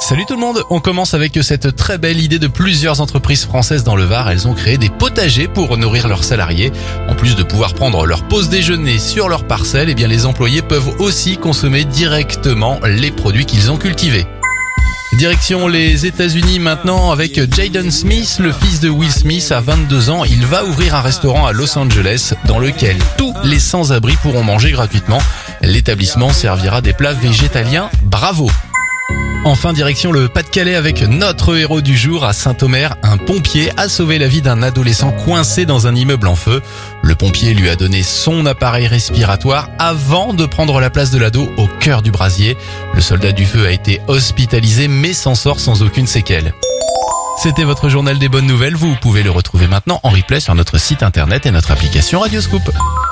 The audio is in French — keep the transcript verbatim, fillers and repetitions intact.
Salut tout le monde, on commence avec cette très belle idée de plusieurs entreprises françaises dans le Var. Elles ont créé des potagers pour nourrir leurs salariés. En plus de pouvoir prendre leur pause déjeuner sur leur parcelle, eh bien les employés peuvent aussi consommer directement les produits qu'ils ont cultivés. Direction les États-Unis maintenant avec Jaden Smith, le fils de Will Smith, à vingt-deux ans. Il va ouvrir un restaurant à Los Angeles dans lequel tous les sans-abri pourront manger gratuitement. L'établissement servira des plats végétaliens. Bravo! Enfin, direction le Pas-de-Calais avec notre héros du jour à Saint-Omer. Un pompier a sauvé la vie d'un adolescent coincé dans un immeuble en feu. Le pompier lui a donné son appareil respiratoire avant de prendre la place de l'ado au cœur du brasier. Le soldat du feu a été hospitalisé mais s'en sort sans aucune séquelle. C'était votre journal des bonnes nouvelles. Vous pouvez le retrouver maintenant en replay sur notre site internet et notre application Radioscoop.